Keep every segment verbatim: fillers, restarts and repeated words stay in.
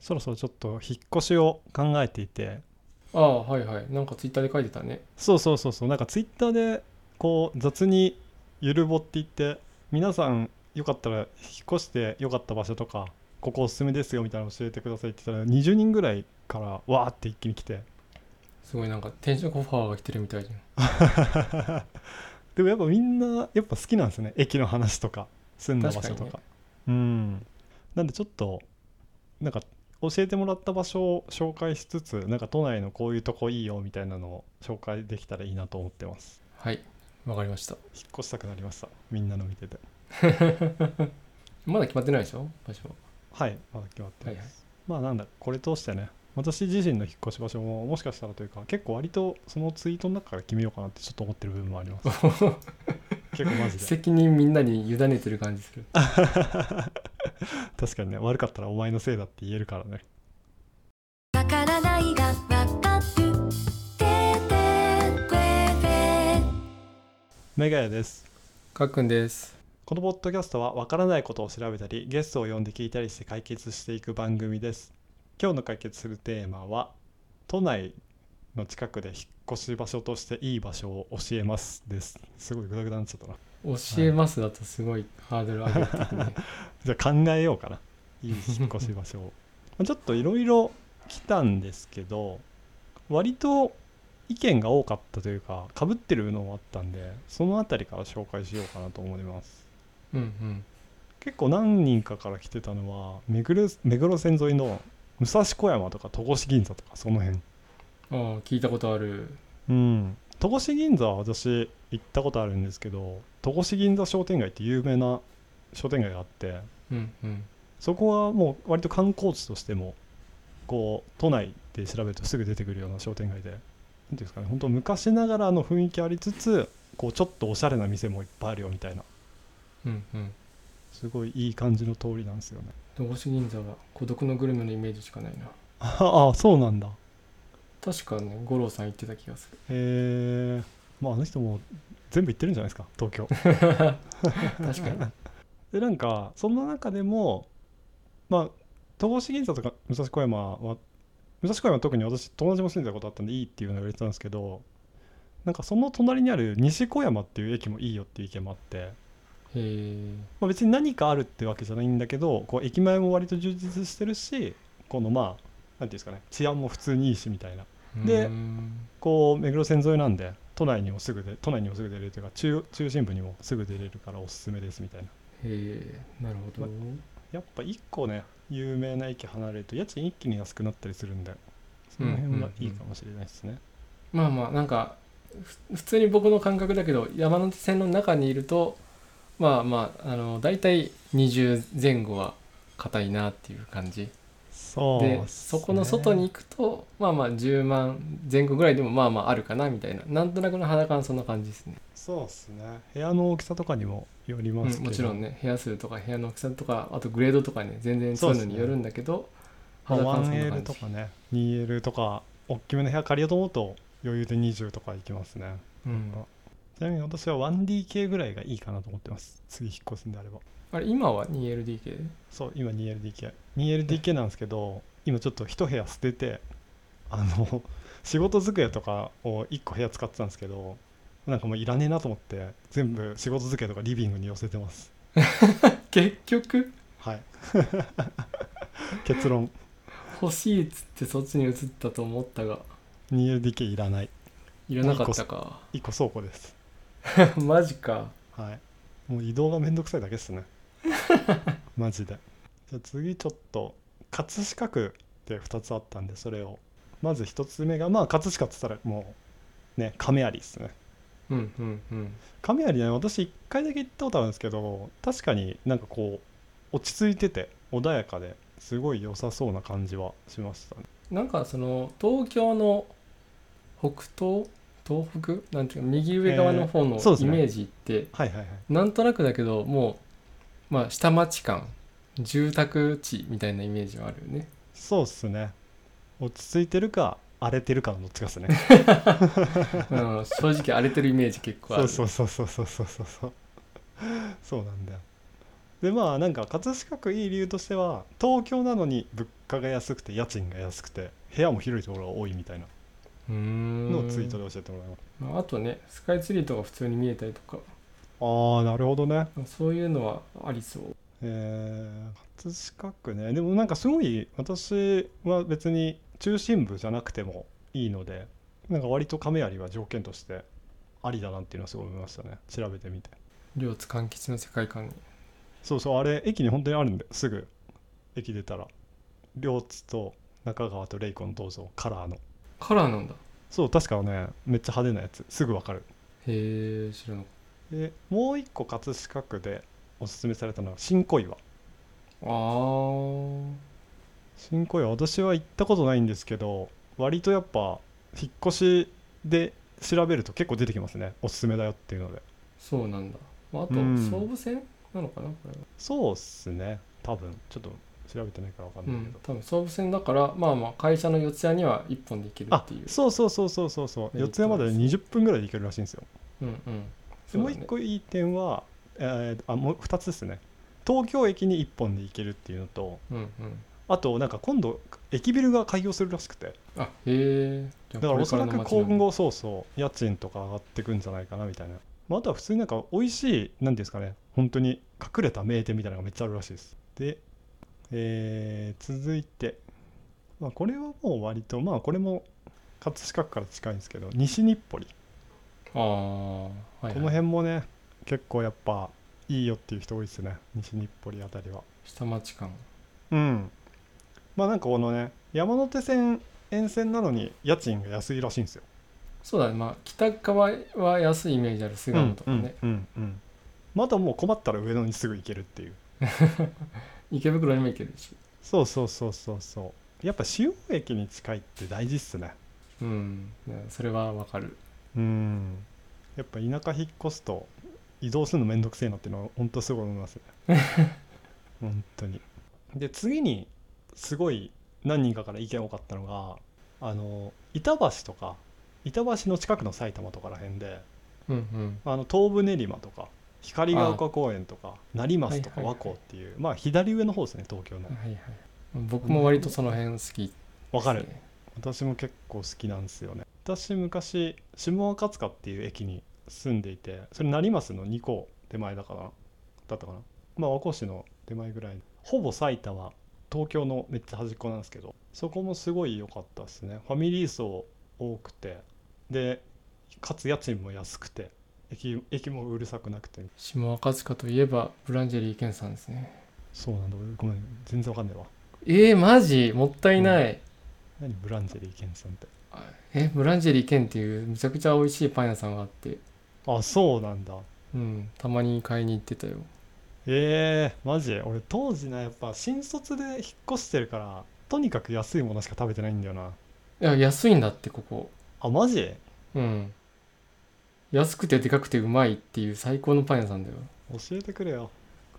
そろそろちょっと引っ越しを考えていて。 ああ、はいはい。なんかツイッターで書いてたね。 そうそうそうそう、なんかツイッターでこう雑にゆるぼって言って、皆さんよかったら引っ越してよかった場所とかここおすすめですよみたいなの教えてくださいって言ったらにじゅうにんぐらいからわーって一気に来て。 すごいなんか転職オファーが来てるみたいじでもやっぱみんなやっぱ好きなんですね、駅の話とか住んゃん。 だ確かにね。 場所とか。うんなんでちょっとなんか教えてもらった場所を紹介しつつ、なんか都内のこういうとこいいよみたいなのを紹介できたらいいなと思ってます。 はい。わかりました。 引っ越したくなりました、みんなの見てて。 まだ決まってないでしょ場所。 はい、まだ決まってはいはい。 ます。まあなんだこれ通してね、私自身の引っ越し場所ももしかしたらというか結構割とそのツイートの中から決めようかなってちょっと思ってる部分もあります。結構マジで。 責任みんなに委ねてる感じする。 確かにね、悪かったらお前のせいだって言えるからね。 わからないがわかる。ててくれてメガヤです。 かっくんです。 このポッドキャストはわからないことを調べたりゲストを呼んで聞いたりして解決していく番組です。今日の解決するテーマは都内の近くで引っ越し場所としていい場所を教えますです。すごいグダグダになっちゃったな。 教えますだとすごいハードル上げてくね。 じゃあ考えようかな、いい引っ越し場所を。まあちょっといろいろ来たんですけど、割と意見が多かったというか被ってるのもあったんで、そのあたりから紹介しようかなと思います。 うんうん。 結構何人かから来てたのは目黒、目黒線沿いの武蔵小山とか戸越銀座とかその辺。 ああ、聞いたことある。 うん戸越銀座は私行ったことあるんですけど、戸越銀座商店街って有名な商店街があって、 うんうん。 そこはもう割と観光地としてもこう都内で調べるとすぐ出てくるような商店街で、なんていうんですかね、本当昔ながらの雰囲気ありつつ、こうちょっとおしゃれな店もいっぱいあるよみたいな、 うんうん。 すごいいい感じの通りなんですよね。 戸越銀座は孤独のグルメのイメージしかないな。 ああ、そうなんだ。 確かね、五郎さん言ってた気がする。 へえ。まああの人も全部行ってるんじゃないですか、東京。 確かに。 でなんかそんな中でも、まあ戸越銀座とか武蔵小山は、武蔵小山は特に私友達も住んでたことあったんでいいっていうのを言われてたんですけど、なんかその隣にある西小山っていう駅もいいよっていう意見もあって、 へえ。 まあ、別に何かあるってわけじゃないんだけど、こう駅前も割と充実してるし、このまあなんていうんですかね、治安も普通にいいしみたいな。 うーでん。 こう目黒線沿いなんで都内にもすぐで都内にもすぐ出れるというか、中中心部にもすぐ出れるからおすすめですみたいな。 へえ、なるほど。 やっぱいっこね有名な駅離れると家賃一気に安くなったりするんで、そうんうんの辺はうん。 いいかもしれないですね。 まあまあ、なんか、ふ普通に僕の感覚だけど、山手線の中にいると、まあまあ、あの、大体にじゅう前後は硬いなっていう感じ。で、 そうっそすこの外にね。 行くと、まあまあじゅうまん前後ぐらいでもまあまああるかなみたいな。なんとなくの肌感そんな感じですね。 そうっすね、部屋の大きさとかにもよりうん、 ますけど。 もちろんね、部屋数とか部屋の大きさとか、あとグレードとかね、全然そうですね、 そういうのによるんだけど、 まあ、 肌感そんなワンエル感じ。 とかね ツーエル とか大きめの部屋借りようと思うと余裕でにじゅうとか行きますね。 うん。 やっぱちなみに私は ワンディーケー ぐらいがいいかなと思ってます、次引っ越すんであれば。 あれ、今は にエルディーケー？ そう今 ツーエルディーケー、 ツーエルディーケー なんですけど、今ちょっと一部屋捨てて、あの仕事机とかをいっこ部屋使ってたんですけど、なんかもういらねえなと思って全部仕事机とかリビングに寄せてます。 結局、 はい結論欲しいっつってそっちに移ったと思ったが、 ツーエルディーケー いらない。 いらなかったか。 いっこ倉庫です。 マジか。 はい、もう移動がめんどくさいだけですねマジで。じゃあ次ちょっと葛飾区ってふたつあったんで、それをまずひとつめが、まあ葛飾って言ったらもうね亀有ですね。 うんうんうん。 亀有ね、私いっかいだけ行ったことあるんですけど、確かになんかこう落ち着いてて穏やかですごい良さそうな感じはしましたね。 なんかその東京の北東東北なんていうか右上側の方えー、そうですね、 のイメージってはいはいはい。 なんとなくだけどもうまあ下町感住宅地みたいなイメージはあるよね。 そうっすね、落ち着いてるか荒れてるかのどっちかっすねうん、正直荒れてるイメージ結構ある。 そうそうそうそうそうそうそうそうそうなんだよ。 でまあなんか葛飾区いい理由としては東京なのに物価が安くて家賃が安くて部屋も広いところが多いみたいなうーんのをツイートで教えてもらいましまあ、あとねスカイツリーとか普通に見えたりとかた。ああなるほどね。 そういうのはありそう。 えー、葛飾区ね。でもなんかすごい私は別に中心部じゃなくてもいいのでなんか割と亀有は条件としてありだなっていうのはすごい思いましたね、調べてみて。 両津柑橘の世界観に。 そうそう、あれ駅に本当にあるんですぐ駅出たら両津と中川とレイコの銅像カラーの。 カラーなんだ。 そう確かねめっちゃ派手なやつすぐわかる。 へえ知らなかっでもう一個葛飾区でおすすめされたのは新小岩。 た。あー新小岩私は行ったことないんですけど割とやっぱ引っ越しで調べると結構出てきますね、おすすめだよっていうので。 そうなんだ。まあ、あとうん総武線なのかなこれは。 そうっすね多分ちょっと調べてないからわかんうんないけど、 多分総武線だからまあまあ会社の四谷にはいっぽんで行けるあっていう。 そうそうそうそうそうそうメリット四谷までにじゅっぷんぐらいで行けるらしいんですよ。 うんうんでもうそうだね一個いい点は、えーあもうふたつですね。東京駅にいっぽんで行けるっていうのと、 うんうんあとなんか今度駅ビルが開業するらしくて、 あへえだからおそらく今後後そうそう家賃とか上がってくんじゃないかなみたいな、まあ、あとは普通になんか美味しい何ですかね本当に隠れた名店みたいなのがめっちゃあるらしいです。で、えー続いて、まあ、これはもう割とまあこれも葛飾区から近いんですけど西日暮里、 ああはい、はい、 この辺もね結構やっぱいいよっていう人多いですね、西日暮里あたりは。 下町感。 うんまあなんかこのね山手線沿線なのに家賃が安いらしいんですよ。 そうだねまあ北側は安いイメージある巣鴨とかね、 うんうんうんうん、またもう困ったら上野にすぐ行けるっていう。 池袋にも行けるし。 そうそうそうそうそう、やっぱ主要駅に近いって大事っすね。 うんねそれはわかる。 うんやっぱ田舎引っ越すと移動するのめんどくせえなっていうのは本当すごい思いますね本当に。で次にすごい何人かから意見多かったのがあの板橋とか板橋の近くの埼玉とから辺でうんうんあの東武練馬とか光が丘公園とか成増とかはいはいはい和光っていう、まあ左上の方ですね東京の。 はいはい僕も割とその辺好きですね。 わかる、私も結構好きなんですよね。私昔下赤塚っていう駅に住んでいてそれ成増のにこ手前だからだったかな、まあ和光市の手前ぐらい、ほぼ埼玉東京のめっちゃ端っこなんですけどそこもすごい良かったですね。ファミリー層多くてでかつ家賃も安くて 駅, 駅もうるさくなくて。 下赤塚といえばブランジェリーケンさんですね。 そうなんだ、ごめん全然わかんないわ。 えー、マジもったいない、うん、 何ブランジェリーケンさんって。 えブランジェリーケンっていうめちゃくちゃ美味しいパン屋さんがあって、 あそうなんだ。 うんたまに買いに行ってたよ。 えー、マジ俺当時ねやっぱ新卒で引っ越してるからとにかく安いものしか食べてないんだよな。 いや安いんだってここ。 あマジうん安くてでかくてうまいっていう最高のパン屋さんだよ。 教えてくれよ。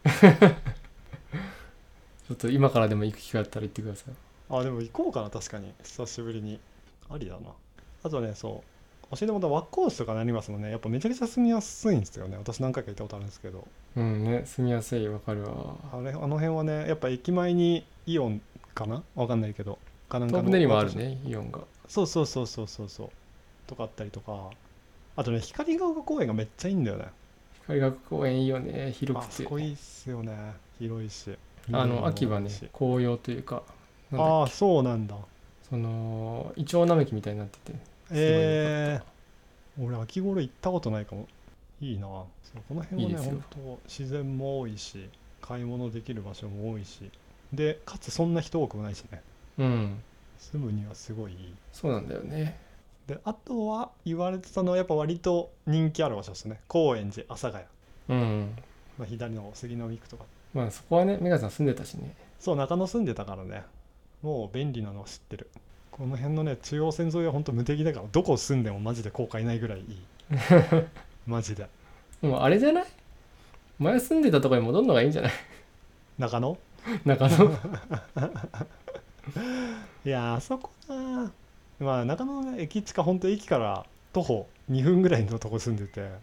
ちょっと今からでも行く機会あったら行ってください。 あでも行こうかな確かに久しぶりに。ありだな。あとねそう教えてもらった和光市とか成増もねやっぱめちゃくちゃ住みやすいんですよね。私何回か行ったことあるんですけどうんね住みやすいわかるわ。 あれあの辺はねやっぱ駅前にイオンかなわかんないけどかなんかの東武練馬あるねイオンが。 そうそうそうそうそうそうとかあったりとかあとね光が丘公園がめっちゃいいんだよね。 光学公園いいよね広くて。 あそこいいっすよね広いしあの秋はね紅葉というかなんだっけああそうなんだ。 そのイチョウ並木みたいになっててえー、俺秋頃行ったことないかも。いいな。そうこの辺はねいいですよ本当自然も多いし買い物できる場所も多いしでかつそんな人多くもないしね。 うん住むにはすごいいい。 そうなんだよね。 であとは言われてたのはやっぱ割と人気ある場所ですね。高円寺阿佐ヶ谷、 うんまあ、左の杉並区とか。 まあそこはねメガさん住んでたしね。 そう中野住んでたからねもう便利なのは知ってる。この辺のね中央線沿いは本当無敵だからどこ住んでもマジで後悔ないぐらいいいマジで。 でもあれじゃない前住んでたとこに戻るのがいいんじゃない中野中野いやあそこなまあ中野の、ね、駅近本当駅から徒歩にふんぐらいのとこ住んでて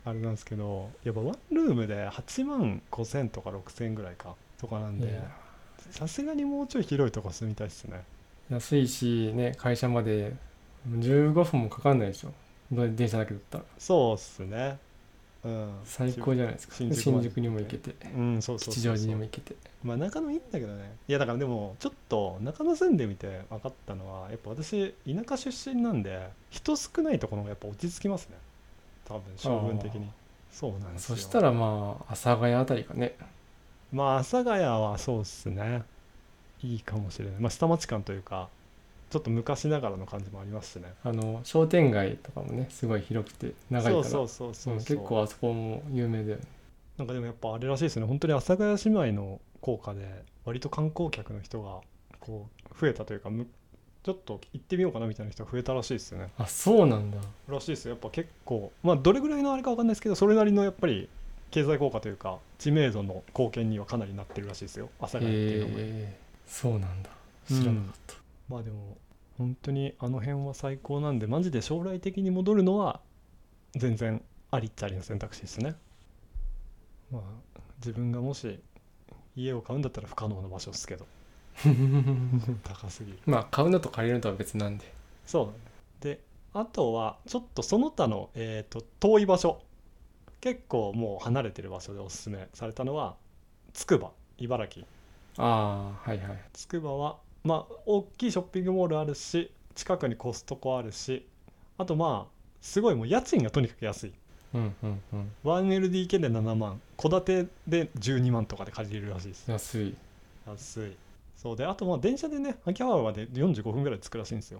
あれなんですけど、やっぱワンルームではちまんごせんとかろくせんぐらいかとかなんで、 いやさすがにもうちょい広いとこ住みたいっすね。 安いしね、会社までじゅうごふんもかかんないでしょ、電車だけだったら。 そうっすね。うん。 最高じゃないですか。 新宿新宿にも行けて、 うん、そうそうそうそう。 吉祥寺にも行けて。 まあ中野いいんだけどね。いやだからでもちょっと中野住んでみて分かったのは、やっぱ私田舎出身なんで人少ないところがやっぱ落ち着きますね。多分性分的に。そうなんですよ。 そしたらまあ阿佐ヶ谷あたりかね。 まあ阿佐ヶ谷はそうっすね。いいかもしれない。まあ下町感というかちょっと昔ながらの感じもありますしね。 あの商店街とかもねすごい広くて長いから、 そうそうそうそうそう、 うん結構あそこも有名だよね。 なんかでもやっぱあれらしいですね。本当に阿佐ヶ谷姉妹の効果で割と観光客の人がこう増えたというか、むちょっと行ってみようかなみたいな人が増えたらしいですよね。 あ、そうなんだ。 らしいですよ。やっぱ結構まあどれぐらいのあれか分かんないですけど、それなりのやっぱり経済効果というか知名度の貢献にはかなりなってるらしいですよ、阿佐ヶ谷っていうのも。 へえ、そうなんだ。知らなかった。 まあでも本当にあの辺は最高なんで、マジで将来的に戻るのは全然ありっちゃありの選択肢ですね。まあ自分がもし家を買うんだったら不可能な場所ですけど高すぎる。 まあ買うのと借りるのとは別なんで。 そうだね。であとはちょっとその他の、えー、と遠い場所、結構もう離れてる場所でおすすめされたのはつくば、茨城。 ああ、はいはい。 つくばはまあ大きいショッピングモールあるし、近くにコストコあるし、あとまあすごいもう家賃がとにかく安い。 うんうんうん。 ワンエルディーケー でななまん、戸建てでじゅうにまんとかで借りれるらしいです。 安い。 安い。そうで、あとまあ電車でね秋葉原までよんじゅうごふんぐらいで着くらしいんですよ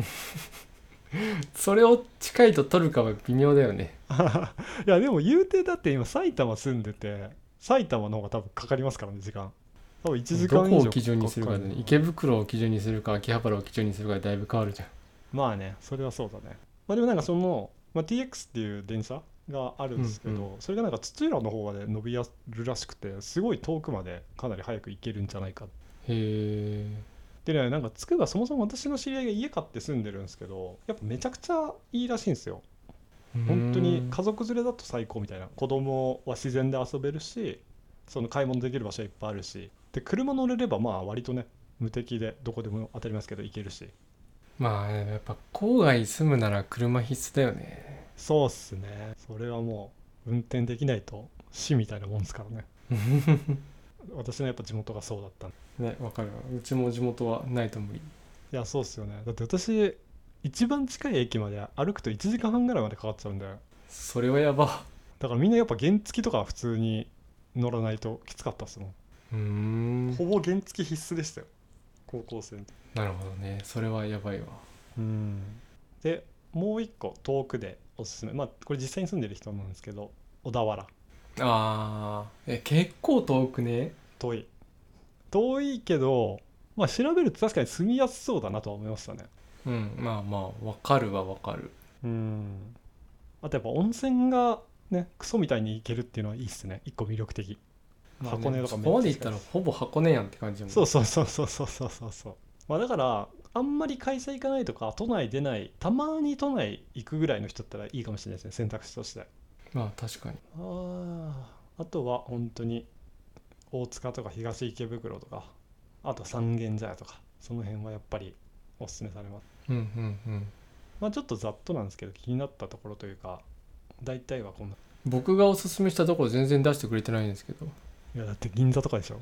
それを近いと取るかは微妙だよね。 いやでも言うてだって今埼玉住んでて、埼玉の方が多分かかりますからね、時間。多分いちじかん以上どこを基準にするかでね、 かかる池袋を基準にするか秋葉原を基準にするかでだいぶ変わるじゃん。 まあね、それはそうだね。まあでもなんかその、まあ、ティーエックス っていう電車があるんですけど、 うんうそれがなんか土浦の方まで伸びやるらしくて、すごい遠くまでかなり早く行けるんじゃないか。 へえ。 でね、なんかつくばそもそも私の知り合いが家買って住んでるんですけど、やっぱめちゃくちゃいいらしいんですよ。本当に家族連れだと最高みたいな。子供は自然で遊べるし、その買い物できる場所いっぱいあるし、で車乗れればまあ割とね無敵でどこでも当たりますけど行けるし。 まあやっぱ郊外住むなら車必須だよね。 そうっすね。それはもう運転できないと死みたいなもんですからね。私のやっぱ地元がそうだったんで。 ね、わかる。うちも地元はないと無理。 いやそうっすよね。だって私一番近い駅まで歩くといちじかんはんぐらいまでかかっちゃうんだよ。 それはやば。 だからみんなやっぱ原付とかは普通に乗らないときつかったっすもん。 うーん。 ほぼ原付必須でしたよ、高校生の時。 なるほどね。それはやばいわ。 うんでもう一個遠くでおすすめ、まあこれ実際に住んでる人なんですけど、小田原。 あー、え、結構遠くね。 遠い遠いけど、まあ調べると確かに住みやすそうだなとは思いましたね。 うん、まあまあわかるはわかる。 うんあとやっぱ温泉がねクソみたいに行けるっていうのはいいっすね。一個魅力的。 まあね箱根とかそめっちゃこまで行ったらほぼ箱根やんって感じだもん。 そうそうそうそうそうそうそうそう。まあだからあんまり会社行かないとか都内出ない、たまに都内行くぐらいの人だったらいいかもしれないですね、選択肢として。 まあ確かに。 あああとは本当に大塚とか東池袋とか、あと三軒茶屋とか、その辺はやっぱりおすすめされます。 うんうんうん。 まあちょっとざっとなんですけど気になったところというか、大体はこんな。 僕がおすすめしたところ全然出してくれてないんですけど、 いやだって銀座とかでしょ。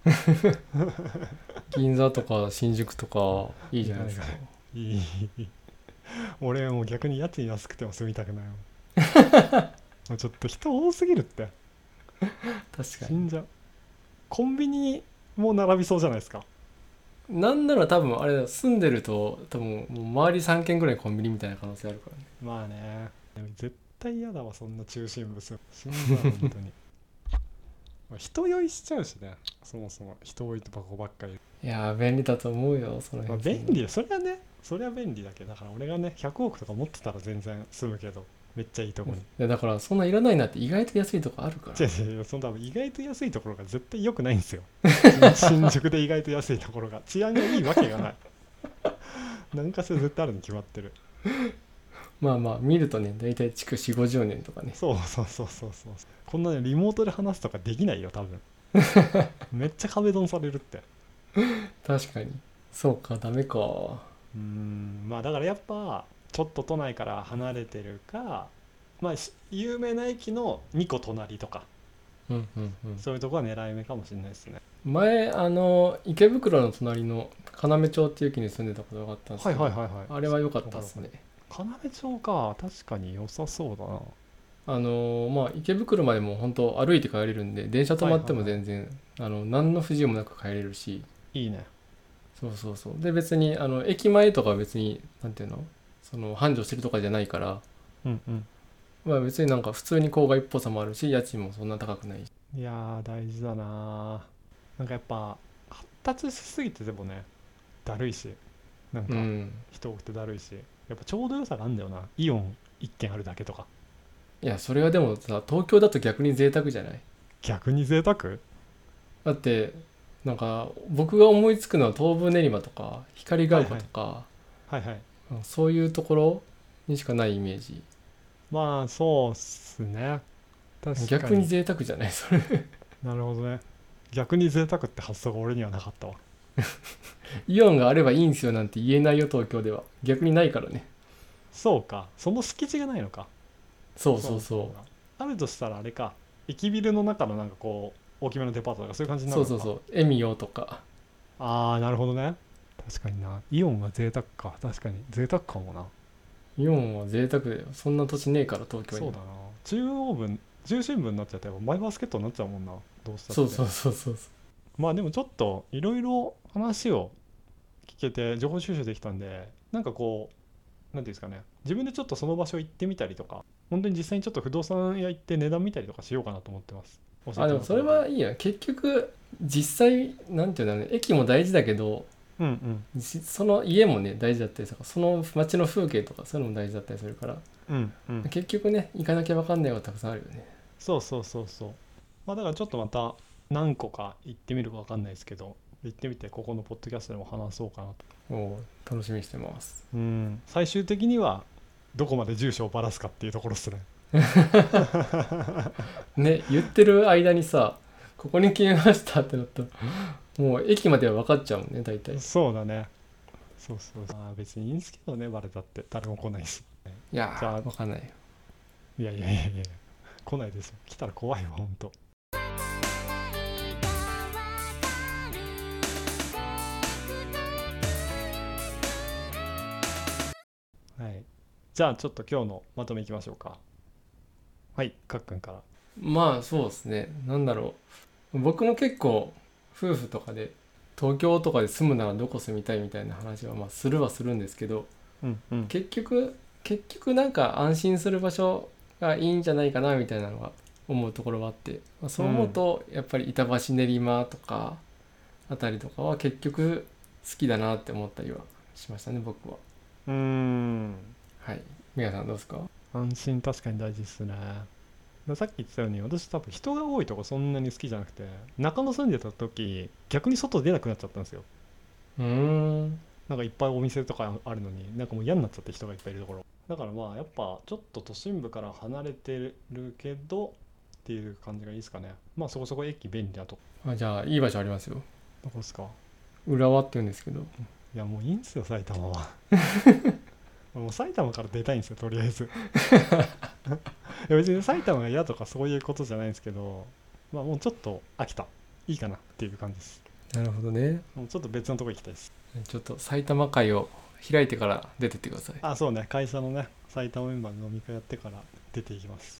銀座とか新宿とかいいじゃないですか。 いい俺はもう逆に家賃安くても住みたくないもん。もうちょっと人多すぎるって。 確かに。 死んじゃう。コンビニも並びそうじゃないですか。 なんなら多分あれだ、住んでると多分もう周りさんけんぐらいコンビニみたいな可能性あるからね。 まあね、でも絶対嫌だわそんな中心部住む。死んじゃう本当に。人酔いしちゃうしね、そもそも人多いとバカばっかり。 いやー便利だと思うよそのまあ、 辺。 便利よ、それはね、それは便利だけど、だから俺がねひゃくおくとか持ってたら全然住むけど、めっちゃいいとこに。 いやだからそんないらないなって意外と安いとこあるから。 違う違う違う、その多分意外と安いところが絶対良くないんですよ。新宿で意外と安いところが治安がいいわけがない。何かしら絶対あるに決まってる。 まあまあ見るとね大体築よんじゅうごじゅうねんとかね。 そうそうそうそうそう、こんなねリモートで話すとかできないよ多分めっちゃ壁ドンされるって。 確かにそうか、ダメか。 うーん、まあだからやっぱちょっと都内から離れてるか、まあし有名な駅のにこ隣とか、 うんうんうん。 そういうとこは狙い目かもしれないですね。 前あの池袋の隣の要町っていう駅に住んでたことがあったんですけど、 はいはいはいはい。 あれは良かったですね。 要町か、確かに良さそうだな。 あのまあ池袋までも本当歩いて帰れるんで、電車止まっても全然、あの何の不自由もなく帰れるし。 いいね。 そうそうそう。で別にあの駅前とかは別になんていうの、その繁盛してるとかじゃないから、 うんうん。 まあ別になんか普通に郊外っぽさもあるし、家賃もそんな高くないし。 いやー大事だな。なんかやっぱ発達しすぎてでもねだるいし、なんかうん。 人多くてだるいし、やっぱちょうど良さがあるんだよな。イオン一軒あるだけとか。 いやそれはでもさ、東京だと逆に贅沢じゃない？ 逆に贅沢。 だってなんか僕が思いつくのは東武練馬とか光が丘とか、 はいはい。 うんそういうところにしかないイメージ。 まあそうっすね。確かに逆に贅沢じゃないそれ。 なるほどね。逆に贅沢って発想が俺にはなかったわ。 イオンがあればいいんすよなんて言えないよ東京では。逆にないからね。 そうか、その敷地がないのか。 そうそうそう。 あるとしたらあれか、駅ビルの中のなんかこう大きめのデパートとかそういう感じになるのか。 そうそうそう。エミオとか。 ああなるほどね。確かにな、イオンが贅沢か。確かに贅沢かもな。 イオンは贅沢だよ。そんな土地ねえから東京には。 そうだな、中央分中心部になっちゃったらマイバスケットになっちゃうもんな、どうしたって。 そうそうそうそう。 まあでもちょっといろいろ話を聞けて情報収集できたんで、なんかこうなんていうんですかね、自分でちょっとその場所行ってみたりとか、本当に実際にちょっと不動産屋行って値段見たりとかしようかなと思ってます。 あでもそれはいいや。結局実際なんていうんだろうね、駅も大事だけど、 うんうんじその家もね大事だったりとか、その街の風景とかそういうのも大事だったりするから、 うんうん、 結局ね行かなきゃ分かんないことたくさんあるよね。 そうそうそうそう。まあだからちょっとまた何個か行ってみるか分かんないですけど、行ってみてここのポッドキャストでも話そうかなと。 おお楽しみにしてます。 うん最終的にはどこまで住所をばらすかっていうところですね。 ね言ってる間にさ、ここに決めましたってなったらもう駅までは分かっちゃうもんね大体。いそうだね。そうそうそう。あ別にいいんですけどね、バレたって誰も来ないし。 やじゃあー分かんないよ。 いやいやいやいや来ないですよ。来たら怖いわほんと。はい、じゃあちょっと今日のまとめいきましょうか。はい、かっくんから。 まあそうですね、なんだろう、僕も結構夫婦とかで東京とかで住むならどこ住みたいみたいな話はまあするはするんですけど、 うんうん、 結局結局なんか安心する場所がいいんじゃないかなみたいなのが思うところはあって、まあ、そう思うとやっぱり板橋練馬とかあたりとかは結局好きだなって思ったりはしましたね僕は。 うーんはい、皆さんどうですか？ 安心確かに大事ですね。さっき言ってたように私多分人が多いとこそんなに好きじゃなくて、中野住んでた時逆に外出なくなっちゃったんですよ。 うーんなんかいっぱいお店とかあるのになんかもう嫌になっちゃって、人がいっぱいいるところだから、まあやっぱちょっと都心部から離れてるけどっていう感じがいいですかね。まあそこそこ駅便利なとこ。 あじゃあいい場所ありますよ。 どこですか？ 浦和って言うんですけど。 いやもういいんですよ埼玉は。もう埼玉から出たいんですよとりあえず。いや別に埼玉が嫌とかそういうことじゃないんですけど、まあもうちょっと飽きた、いいかなっていう感じです。 なるほどね。 もうちょっと別のとこ行きたいです。 ちょっと埼玉会を開いてから出てってください。 あそうね、会社のね埼玉メンバーの飲み会やってから出ていきます。